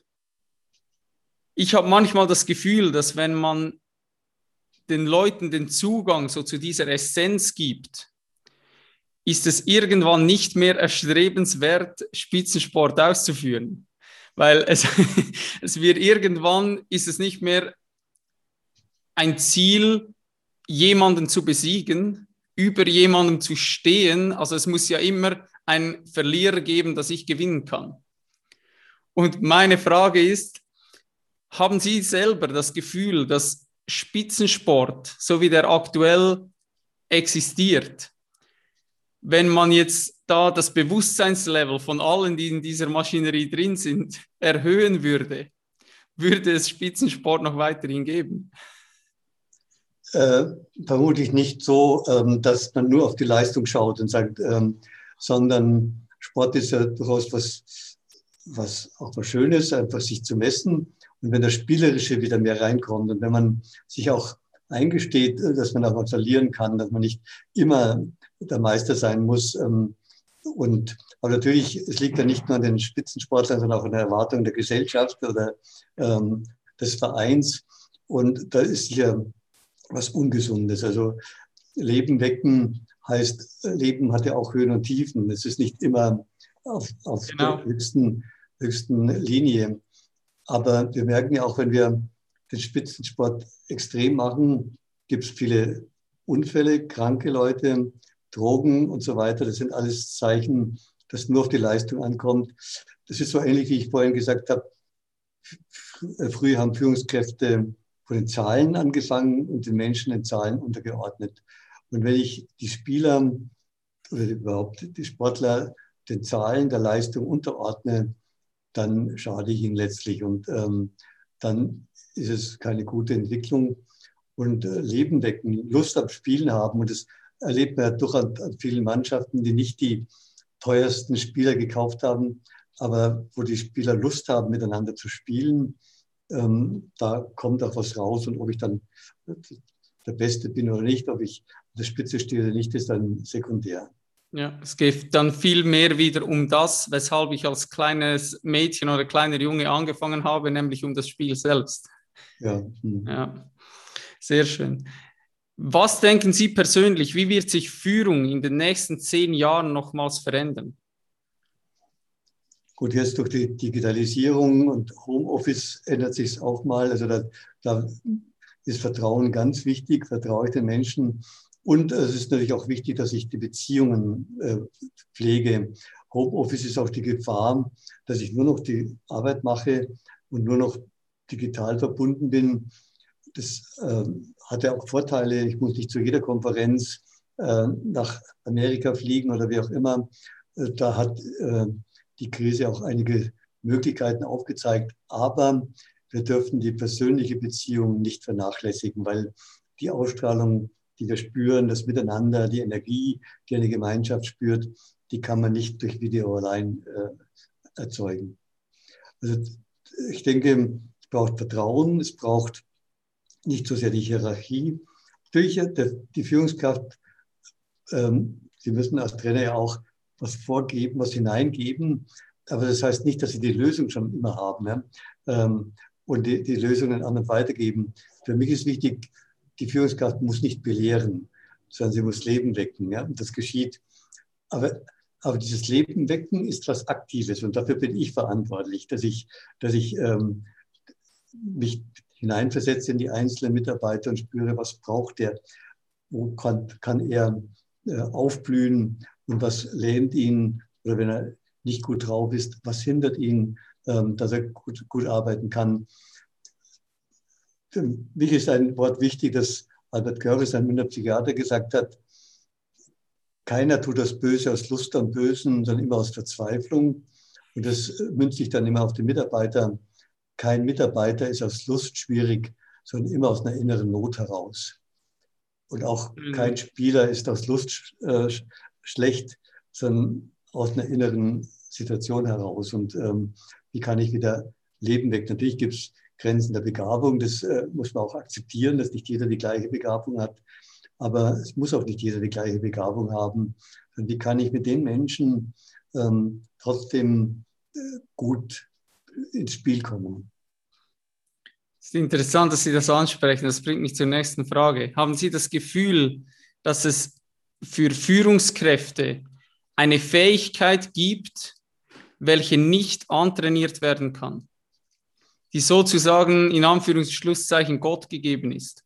ich habe manchmal das Gefühl, dass wenn man den Leuten den Zugang so zu dieser Essenz gibt, ist es irgendwann nicht mehr erstrebenswert, Spitzensport auszuführen. Weil es wird irgendwann, ist es nicht mehr ein Ziel, jemanden zu besiegen, über jemanden zu stehen. Also es muss ja immer einen Verlierer geben, dass ich gewinnen kann. Und meine Frage ist, haben Sie selber das Gefühl, dass Spitzensport, so wie der aktuell existiert, wenn man jetzt da das Bewusstseinslevel von allen, die in dieser Maschinerie drin sind, erhöhen würde, würde es Spitzensport noch weiterhin geben? Vermutlich nicht so, dass man nur auf die Leistung schaut und sagt, sondern Sport ist ja durchaus was auch was Schönes, einfach sich zu messen. Und wenn das Spielerische wieder mehr reinkommt und wenn man sich auch eingesteht, dass man auch mal verlieren kann, dass man nicht immer der Meister sein muss. Aber natürlich, es liegt ja nicht nur an den Spitzensportlern, sondern auch an der Erwartung der Gesellschaft oder des Vereins. Und da ist ja was Ungesundes. Also Leben wecken heißt, Leben hat ja auch Höhen und Tiefen. Es ist nicht immer auf der höchsten Linie. Aber wir merken ja auch, wenn wir den Spitzensport extrem machen, gibt es viele Unfälle, kranke Leute, Drogen und so weiter. Das sind alles Zeichen, dass nur auf die Leistung ankommt. Das ist so ähnlich, wie ich vorhin gesagt habe. Früher haben Führungskräfte von den Zahlen angefangen und den Menschen den Zahlen untergeordnet. Und wenn ich die Spieler oder überhaupt die Sportler den Zahlen der Leistung unterordne, dann schade ich ihnen letztlich. Und dann ist es keine gute Entwicklung. Und Leben wecken, Lust am Spielen haben. Und das erlebt man ja doch an vielen Mannschaften, die nicht die teuersten Spieler gekauft haben, aber wo die Spieler Lust haben, miteinander zu spielen. Da kommt auch was raus. Und ob ich dann der Beste bin oder nicht, ob ich an der Spitze stehe oder nicht, ist dann sekundär. Ja, es geht dann viel mehr wieder um das, weshalb ich als kleines Mädchen oder kleiner Junge angefangen habe, nämlich um das Spiel selbst. Ja. Ja, sehr schön. Was denken Sie persönlich, wie wird sich Führung in den nächsten 10 Jahren nochmals verändern? Gut, jetzt durch die Digitalisierung und Homeoffice ändert sich es auch mal. Also da ist Vertrauen ganz wichtig, vertraue ich den Menschen. Und es ist natürlich auch wichtig, dass ich die Beziehungen pflege. Homeoffice ist auch die Gefahr, dass ich nur noch die Arbeit mache und nur noch digital verbunden bin. Das hat ja auch Vorteile. Ich muss nicht zu jeder Konferenz nach Amerika fliegen oder wie auch immer. Da hat die Krise auch einige Möglichkeiten aufgezeigt. Aber wir dürfen die persönliche Beziehung nicht vernachlässigen, weil die Ausstrahlung, die wir spüren, das Miteinander, die Energie, die eine Gemeinschaft spürt, die kann man nicht durch Video allein erzeugen. Also ich denke, es braucht Vertrauen, es braucht nicht so sehr die Hierarchie. Natürlich, die Führungskraft, sie müssen als Trainer ja auch was vorgeben, was hineingeben, aber das heißt nicht, dass sie die Lösung schon immer haben, ja? Und die Lösungen anderen weitergeben. Für mich ist wichtig, die Führungskraft muss nicht belehren, sondern sie muss Leben wecken. Ja? Und das geschieht. Aber dieses Leben wecken ist was Aktives und dafür bin ich verantwortlich, dass ich mich hineinversetze in die einzelnen Mitarbeiter und spüre, was braucht der, wo kann er aufblühen und was lähmt ihn oder wenn er nicht gut drauf ist, was hindert ihn, dass er gut arbeiten kann. Für mich ist ein Wort wichtig, das Albert Görres, ein Münchner Psychiater, gesagt hat: Keiner tut das Böse aus Lust am Bösen, sondern immer aus Verzweiflung. Und das münzt sich dann immer auf den Mitarbeiter. Kein Mitarbeiter ist aus Lust schwierig, sondern immer aus einer inneren Not heraus. Und auch kein Spieler ist aus Lust schlecht, sondern aus einer inneren Situation heraus. Und wie kann ich wieder Leben weg? Natürlich gibt es Grenzen der Begabung, das muss man auch akzeptieren, dass nicht jeder die gleiche Begabung hat. Aber es muss auch nicht jeder die gleiche Begabung haben. Und wie kann ich mit den Menschen trotzdem gut ins Spiel kommen? Es ist interessant, dass Sie das ansprechen. Das bringt mich zur nächsten Frage. Haben Sie das Gefühl, dass es für Führungskräfte eine Fähigkeit gibt, welche nicht antrainiert werden kann, die sozusagen in Anführungs-Schlusszeichen Gott gegeben ist?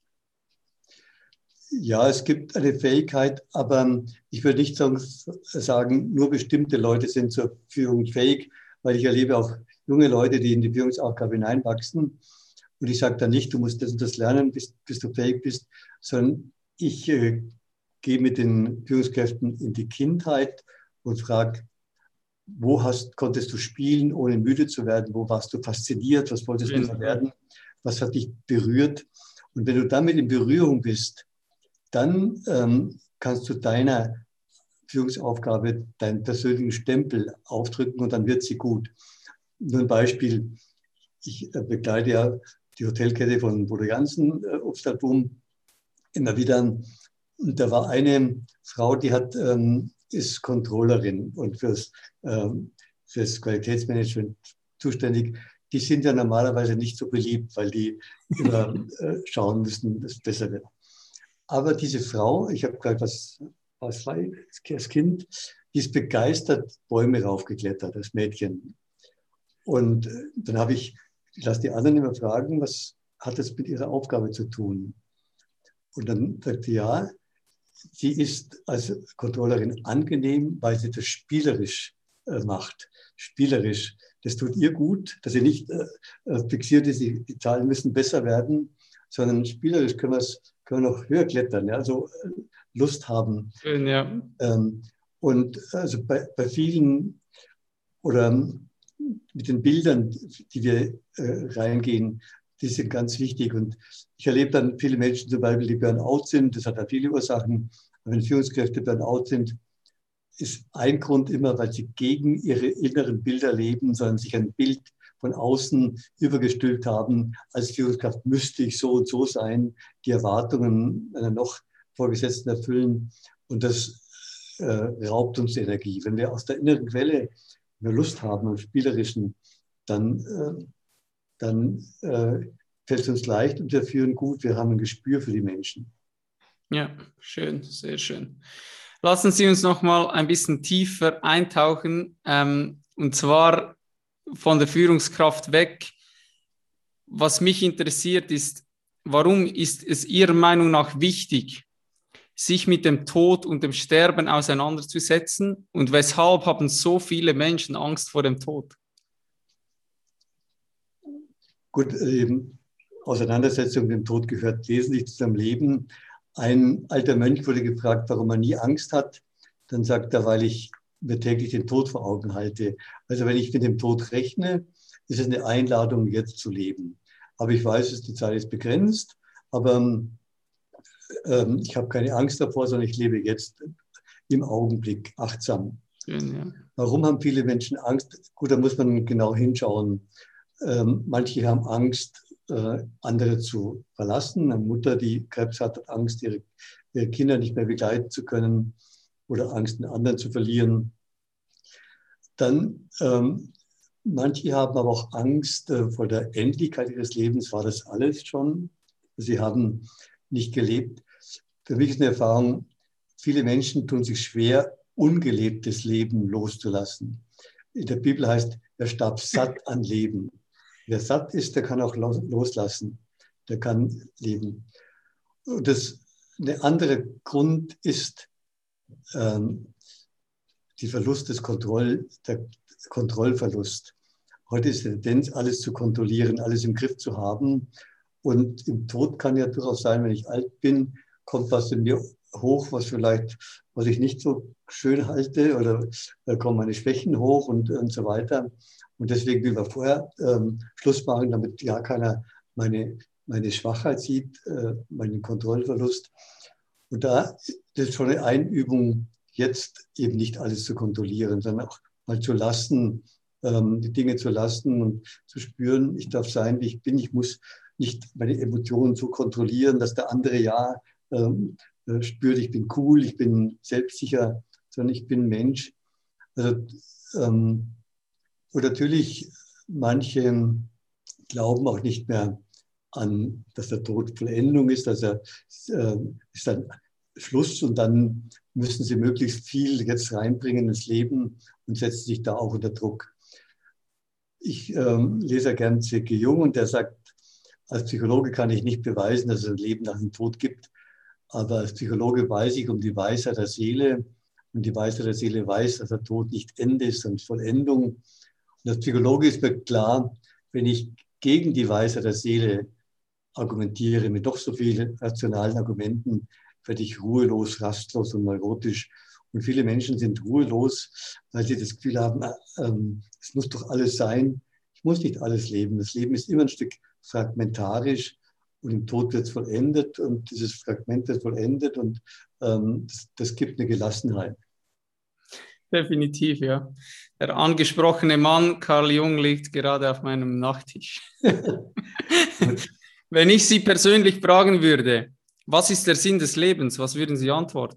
Ja, es gibt eine Fähigkeit, aber ich würde nicht sagen, nur bestimmte Leute sind zur Führung fähig, weil ich erlebe auch junge Leute, die in die Führungsaufgabe hineinwachsen. Und ich sage dann nicht, du musst das und das lernen, bis du fähig bist, sondern ich gehe mit den Führungskräften in die Kindheit und frage, wo konntest du spielen, ohne müde zu werden? Wo warst du fasziniert? Was wolltest du werden? Was hat dich berührt? Und wenn du damit in Berührung bist, dann kannst du deiner Führungsaufgabe deinen persönlichen Stempel aufdrücken und dann wird sie gut. Nur ein Beispiel, ich begleite ja die Hotelkette von Bodo Jansen, Obstalboom, immer wieder. Und da war eine Frau, die ist Controllerin und fürs Qualitätsmanagement zuständig. Die sind ja normalerweise nicht so beliebt, weil die immer schauen müssen, dass es besser wird. Aber diese Frau, ich habe gerade was war als Kind, die ist begeistert Bäume raufgeklettert, das Mädchen. Und dann ich lasse die anderen immer fragen, was hat das mit ihrer Aufgabe zu tun? Und dann sagt sie, ja, sie ist als Controllerin angenehm, weil sie das spielerisch macht. Spielerisch. Das tut ihr gut, dass sie nicht fixiert ist, die Zahlen müssen besser werden, sondern spielerisch können wir noch höher klettern, ja, also Lust haben. Schön, ja. Und also bei vielen oder mit den Bildern, die wir reingehen, die sind ganz wichtig. Und ich erlebe dann viele Menschen zum Beispiel, die Burnout sind. Das hat ja viele Ursachen. Aber wenn Führungskräfte Burnout sind, ist ein Grund immer, weil sie gegen ihre inneren Bilder leben, sondern sich ein Bild von außen übergestülpt haben. Als Führungskraft müsste ich so und so sein, die Erwartungen einer noch Vorgesetzten erfüllen. Und das raubt uns Energie. Wenn wir aus der inneren Quelle eine Lust haben am Spielerischen, dann fällt es uns leicht und wir führen gut. Wir haben ein Gespür für die Menschen. Ja, schön, sehr schön. Lassen Sie uns noch mal ein bisschen tiefer eintauchen, und zwar von der Führungskraft weg. Was mich interessiert ist, warum ist es Ihrer Meinung nach wichtig, sich mit dem Tod und dem Sterben auseinanderzusetzen, und weshalb haben so viele Menschen Angst vor dem Tod? Gut, Auseinandersetzung mit dem Tod gehört wesentlich zu seinem Leben, Ein alter Mönch wurde gefragt, warum er nie Angst hat. Dann sagt er, weil ich mir täglich den Tod vor Augen halte. Also wenn ich mit dem Tod rechne, ist es eine Einladung, jetzt zu leben. Aber ich weiß, die Zeit ist begrenzt, aber ich habe keine Angst davor, sondern ich lebe jetzt im Augenblick achtsam. Schön, ja. Warum haben viele Menschen Angst? Gut, da muss man genau hinschauen. Manche haben Angst, andere zu verlassen. Eine Mutter, die Krebs hat, hat Angst, ihre Kinder nicht mehr begleiten zu können oder Angst, einen anderen zu verlieren. Dann manche haben aber auch Angst vor der Endlichkeit ihres Lebens. War das alles schon? Sie haben nicht gelebt. Für mich ist eine Erfahrung, viele Menschen tun sich schwer, ungelebtes Leben loszulassen. In der Bibel heißt, er starb satt an Leben. Wer satt ist, der kann auch loslassen. Der kann leben. Und eine andere Grund ist der Kontrollverlust. Heute ist die Tendenz, alles zu kontrollieren, alles im Griff zu haben. Und im Tod kann ja durchaus sein, wenn ich alt bin, kommt was in mir hoch, was ich nicht so schön halte, oder da kommen meine Schwächen hoch und so weiter. Und deswegen will man vorher Schluss machen, damit ja keiner meine Schwachheit sieht, meinen Kontrollverlust. Und da ist schon eine Einübung, jetzt eben nicht alles zu kontrollieren, sondern auch mal zu lassen, die Dinge zu lassen und zu spüren, ich darf sein, wie ich bin. Ich muss nicht meine Emotionen so kontrollieren, dass der andere spürt, ich bin cool, ich bin selbstsicher, sondern ich bin Mensch. Also, und natürlich, manche glauben auch nicht mehr an, dass der Tod Vollendung ist, dass ist dann Schluss und dann müssen sie möglichst viel jetzt reinbringen ins Leben und setzen sich da auch unter Druck. Ich lese ja gern C.G. Jung und der sagt, als Psychologe kann ich nicht beweisen, dass es ein Leben nach dem Tod gibt, aber als Psychologe weiß ich um die Weisheit der Seele und die Weisheit der Seele weiß, dass der Tod nicht Ende ist, sondern Vollendung. Und als Psychologe ist mir klar, wenn ich gegen die Weisheit der Seele argumentiere, mit doch so vielen rationalen Argumenten, werde ich ruhelos, rastlos und neurotisch. Und viele Menschen sind ruhelos, weil sie das Gefühl haben, es muss doch alles sein. Ich muss nicht alles leben. Das Leben ist immer ein Stück fragmentarisch und im Tod wird es vollendet und dieses Fragment wird vollendet und das gibt eine Gelassenheit. Definitiv, ja. Der angesprochene Mann, Carl Jung, liegt gerade auf meinem Nachttisch. Wenn ich Sie persönlich fragen würde, was ist der Sinn des Lebens, was würden Sie antworten?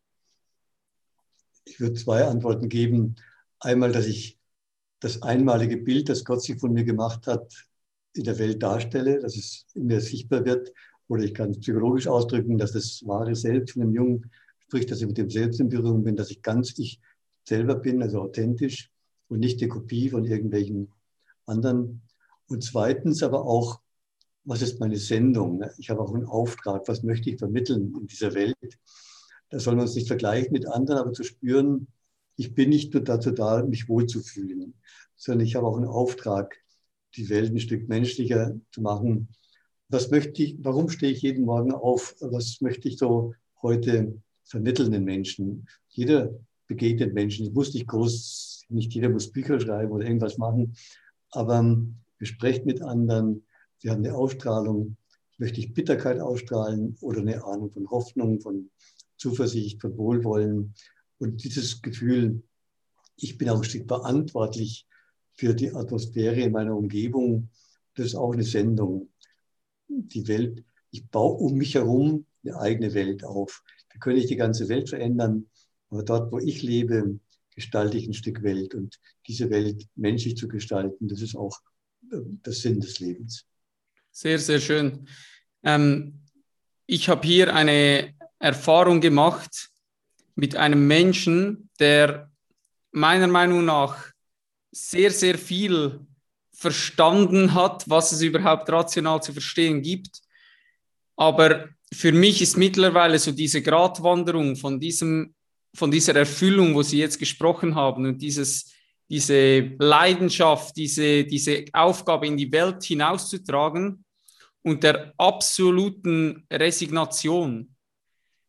Ich würde zwei Antworten geben. Einmal, dass ich das einmalige Bild, das Gott sich von mir gemacht hat, in der Welt darstelle, dass es in mir sichtbar wird. Oder ich kann es psychologisch ausdrücken, dass das wahre Selbst von dem Jungen spricht, dass ich mit dem Selbst in Berührung bin, dass ich ganz ich selber bin, also authentisch und nicht die Kopie von irgendwelchen anderen. Und zweitens aber auch, was ist meine Sendung? Ich habe auch einen Auftrag, was möchte ich vermitteln in dieser Welt? Da sollen wir uns nicht vergleichen mit anderen, aber zu spüren, ich bin nicht nur dazu da, mich wohlzufühlen, sondern ich habe auch einen Auftrag, die Welt ein Stück menschlicher zu machen. Warum stehe ich jeden Morgen auf? Was möchte ich so heute vermitteln den Menschen? Jeder begegnet Menschen. Ich muss nicht jeder muss Bücher schreiben oder irgendwas machen, aber wir sprechen mit anderen, wir haben eine Ausstrahlung. Möchte ich Bitterkeit ausstrahlen oder eine Ahnung von Hoffnung, von Zuversicht, von Wohlwollen? Und dieses Gefühl, ich bin auch ein Stück verantwortlich für die Atmosphäre in meiner Umgebung, das ist auch eine Sendung. Die Welt, ich baue um mich herum eine eigene Welt auf. Wir können nicht die ganze Welt verändern, aber dort, wo ich lebe, gestalte ich ein Stück Welt. Und diese Welt menschlich zu gestalten, das ist auch der Sinn des Lebens. Sehr, sehr schön. Ich habe hier eine Erfahrung gemacht mit einem Menschen, der meiner Meinung nach sehr, sehr viel verstanden hat, was es überhaupt rational zu verstehen gibt. Aber für mich ist mittlerweile so diese Gratwanderung von dieser Erfüllung, wo Sie jetzt gesprochen haben, und diese Leidenschaft, diese Aufgabe in die Welt hinauszutragen und der absoluten Resignation,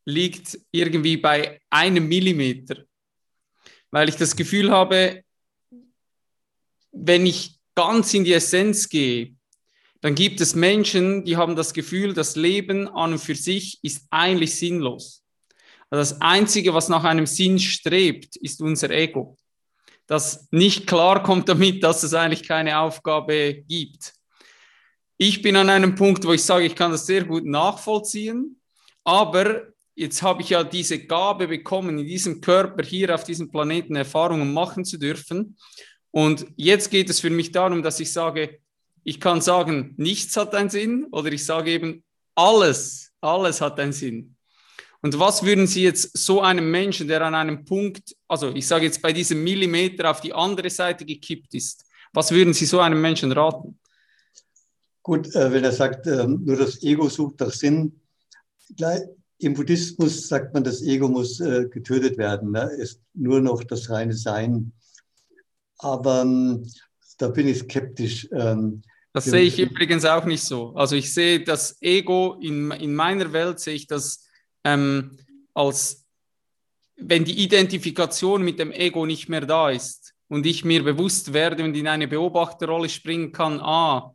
liegt irgendwie bei 1 Millimeter, weil ich das Gefühl habe, wenn ich ganz in die Essenz gehe, dann gibt es Menschen, die haben das Gefühl, das Leben an und für sich ist eigentlich sinnlos. Also das Einzige, was nach einem Sinn strebt, ist unser Ego, das nicht klarkommt damit, dass es eigentlich keine Aufgabe gibt. Ich bin an einem Punkt, wo ich sage, ich kann das sehr gut nachvollziehen, aber jetzt habe ich ja diese Gabe bekommen, in diesem Körper hier auf diesem Planeten Erfahrungen machen zu dürfen. Und jetzt geht es für mich darum, dass ich sage, ich kann sagen, nichts hat einen Sinn, oder ich sage eben, alles hat einen Sinn. Und was würden Sie jetzt so einem Menschen, der an einem Punkt, also ich sage jetzt bei diesem Millimeter auf die andere Seite gekippt ist, was würden Sie so einem Menschen raten? Gut, wenn er sagt, nur das Ego sucht nach Sinn, im Buddhismus sagt man, das Ego muss getötet werden, ne? Ist nur noch das reine Sein. Aber da bin ich skeptisch. Das sehe ich übrigens auch nicht so. Also ich sehe das Ego, in meiner Welt sehe ich das als, wenn die Identifikation mit dem Ego nicht mehr da ist und ich mir bewusst werde und in eine Beobachterrolle springen kann,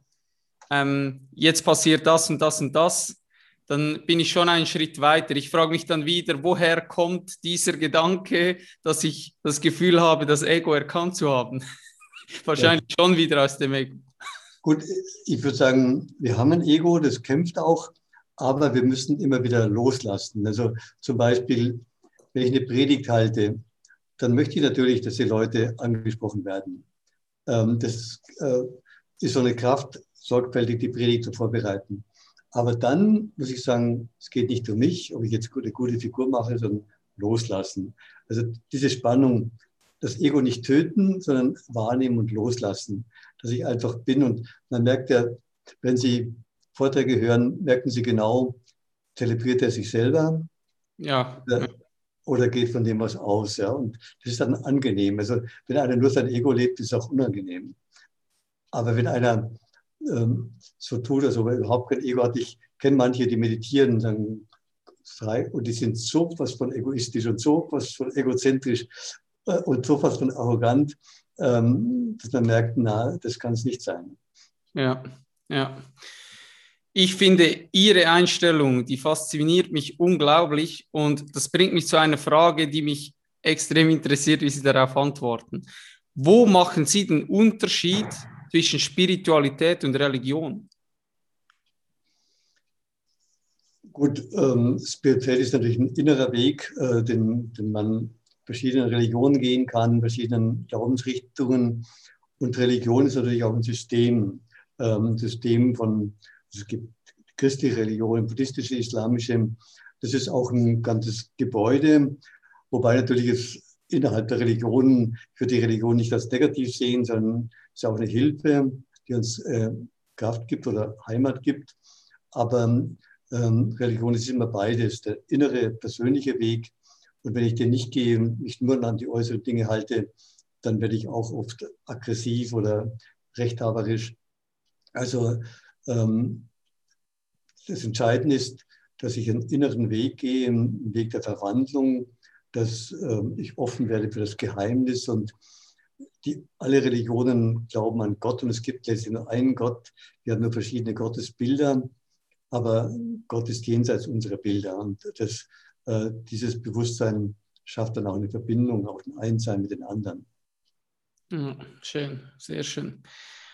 jetzt passiert das und das und das, dann bin ich schon einen Schritt weiter. Ich frage mich dann wieder, woher kommt dieser Gedanke, dass ich das Gefühl habe, das Ego erkannt zu haben? Wahrscheinlich schon wieder aus dem Ego. Gut, ich würde sagen, wir haben ein Ego, das kämpft auch, aber wir müssen immer wieder loslassen. Also zum Beispiel, wenn ich eine Predigt halte, dann möchte ich natürlich, dass die Leute angesprochen werden. Das ist so eine Kraft, sorgfältig die Predigt zu vorbereiten. Aber dann muss ich sagen, es geht nicht um mich, ob ich jetzt eine gute Figur mache, sondern loslassen. Also diese Spannung, das Ego nicht töten, sondern wahrnehmen und loslassen, dass ich einfach bin. Und man merkt ja, wenn Sie Vorträge hören, merken Sie genau, zelebriert er sich selber? Ja. Oder geht von dem was aus? Ja? Und das ist dann angenehm. Also wenn einer nur sein Ego lebt, ist es auch unangenehm. Aber wenn einer so tut, als ob er überhaupt kein Ego hat, ich kenne manche, die meditieren, sagen frei, und die sind so was von egoistisch und so was von egozentrisch und so was von arrogant, dass man merkt, na, das kann es nicht sein. Ja. Ich finde, Ihre Einstellung, die fasziniert mich unglaublich, und das bringt mich zu einer Frage, die mich extrem interessiert, wie Sie darauf antworten. Wo machen Sie den Unterschied zwischen Spiritualität und Religion? Gut, Spiritualität ist natürlich ein innerer Weg, den man verschiedenen Religionen gehen kann, verschiedenen Glaubensrichtungen. Und Religion ist natürlich auch ein System von, es gibt christliche Religion, buddhistische, islamische. Das ist auch ein ganzes Gebäude, wobei natürlich es innerhalb der Religion, ich würde die Religion nicht als negativ sehen, sondern es ist auch eine Hilfe, die uns Kraft gibt oder Heimat gibt. Aber Religion ist immer beides, der innere, persönliche Weg. Und wenn ich den nicht gehe, mich nur an die äußeren Dinge halte, dann werde ich auch oft aggressiv oder rechthaberisch. Also das Entscheidende ist, dass ich einen inneren Weg gehe, einen Weg der Verwandlung, dass ich offen werde für das Geheimnis. Und alle Religionen glauben an Gott, und es gibt letztlich nur einen Gott. Wir haben nur verschiedene Gottesbilder, aber Gott ist jenseits unserer Bilder. Und dieses Bewusstsein schafft dann auch eine Verbindung, auch ein Einssein mit den anderen. Ja, schön, sehr schön.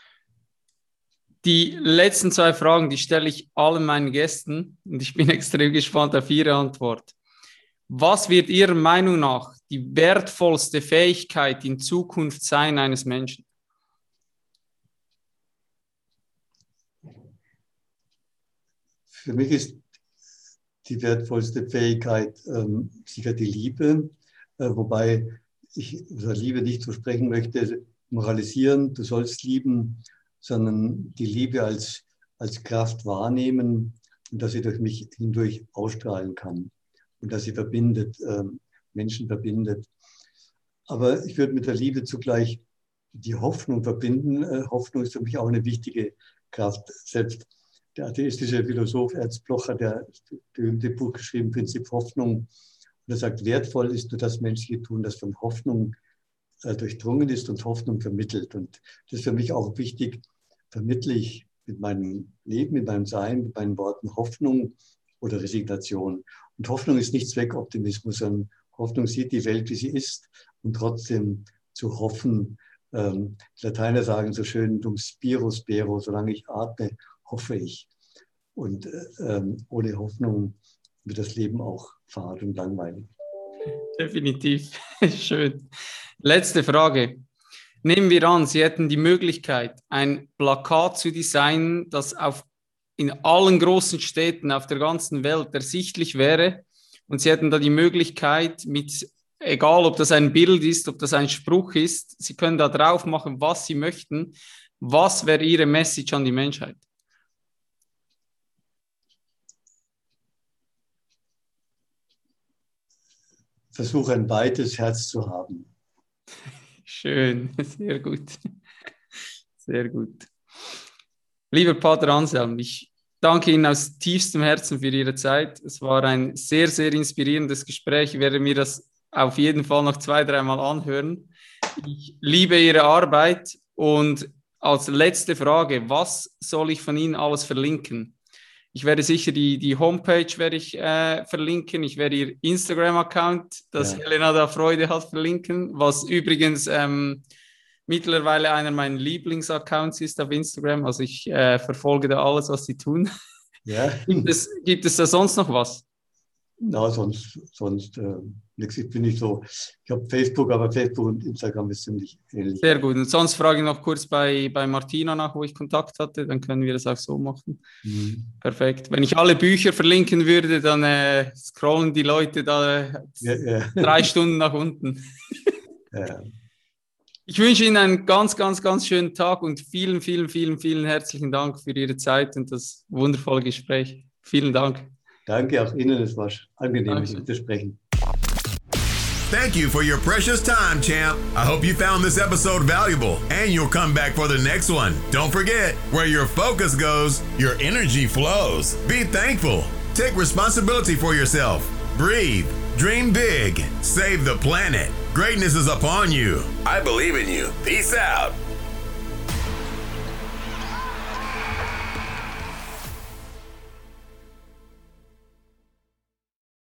Die letzten 2 Fragen, die stelle ich allen meinen Gästen, und ich bin extrem gespannt auf Ihre Antwort. Was wird Ihrer Meinung nach die wertvollste Fähigkeit in Zukunft sein eines Menschen? Für mich ist die wertvollste Fähigkeit sicher die Liebe, wobei ich über Liebe nicht so sprechen möchte, moralisieren, du sollst lieben, sondern die Liebe als Kraft wahrnehmen und dass sie durch mich hindurch ausstrahlen kann und dass sie verbindet, Menschen verbindet. Aber ich würde mit der Liebe zugleich die Hoffnung verbinden. Hoffnung ist für mich auch eine wichtige Kraft. Selbst der atheistische Philosoph Ernst Bloch hat ja das berühmte Buch geschrieben, Prinzip Hoffnung. Und er sagt, wertvoll ist nur das menschliche Tun, das von Hoffnung durchdrungen ist und Hoffnung vermittelt. Und das ist für mich auch wichtig, vermittle ich mit meinem Leben, mit meinem Sein, mit meinen Worten Hoffnung oder Resignation. Und Hoffnung ist nicht Zweckoptimismus, sondern Hoffnung sieht die Welt, wie sie ist und trotzdem zu hoffen. Die Lateiner sagen so schön, dum spiro spero, solange ich atme, hoffe ich. Und ohne Hoffnung wird das Leben auch fad und langweilig. Definitiv. Schön. Letzte Frage. Nehmen wir an, Sie hätten die Möglichkeit, ein Plakat zu designen, das in allen großen Städten auf der ganzen Welt ersichtlich wäre. Und Sie hätten da die Möglichkeit, egal ob das ein Bild ist, ob das ein Spruch ist, Sie können da drauf machen, was Sie möchten. Was wäre Ihre Message an die Menschheit? Versuche ein weites Herz zu haben. Schön, sehr gut. Sehr gut. Lieber Pater Anselm, ich danke Ihnen aus tiefstem Herzen für Ihre Zeit. Es war ein sehr, sehr inspirierendes Gespräch. Ich werde mir das auf jeden Fall noch 2-3 Mal anhören. Ich liebe Ihre Arbeit und als letzte Frage, was soll ich von Ihnen alles verlinken? Ich werde sicher die Homepage verlinken. Ich werde Ihr Instagram-Account, das Helena da Freude hat, verlinken, was übrigens mittlerweile einer meiner Lieblingsaccounts ist auf Instagram. Also ich verfolge da alles, was Sie tun. Ja. Gibt es da sonst noch was? Na, sonst nichts. Ich bin nicht so, ich habe Facebook, aber Facebook und Instagram ist ziemlich ähnlich. Sehr gut. Und sonst frage ich noch kurz bei Martina nach, wo ich Kontakt hatte, dann können wir das auch so machen. Mhm. Perfekt. Wenn ich alle Bücher verlinken würde, dann scrollen die Leute da 3 Stunden nach unten. Ja. Ich wünsche Ihnen einen ganz, ganz, ganz schönen Tag und vielen, vielen, vielen, vielen herzlichen Dank für Ihre Zeit und das wundervolle Gespräch. Vielen Dank. Danke auch Ihnen, es war angenehm, mit Ihnen zu sprechen. Thank you for your precious time, champ. I hope you found this episode valuable and you'll come back for the next one. Don't forget, where your focus goes, your energy flows. Be thankful. Take responsibility for yourself. Breathe. Dream big. Save the planet. Greatness is upon you. I believe in you. Peace out.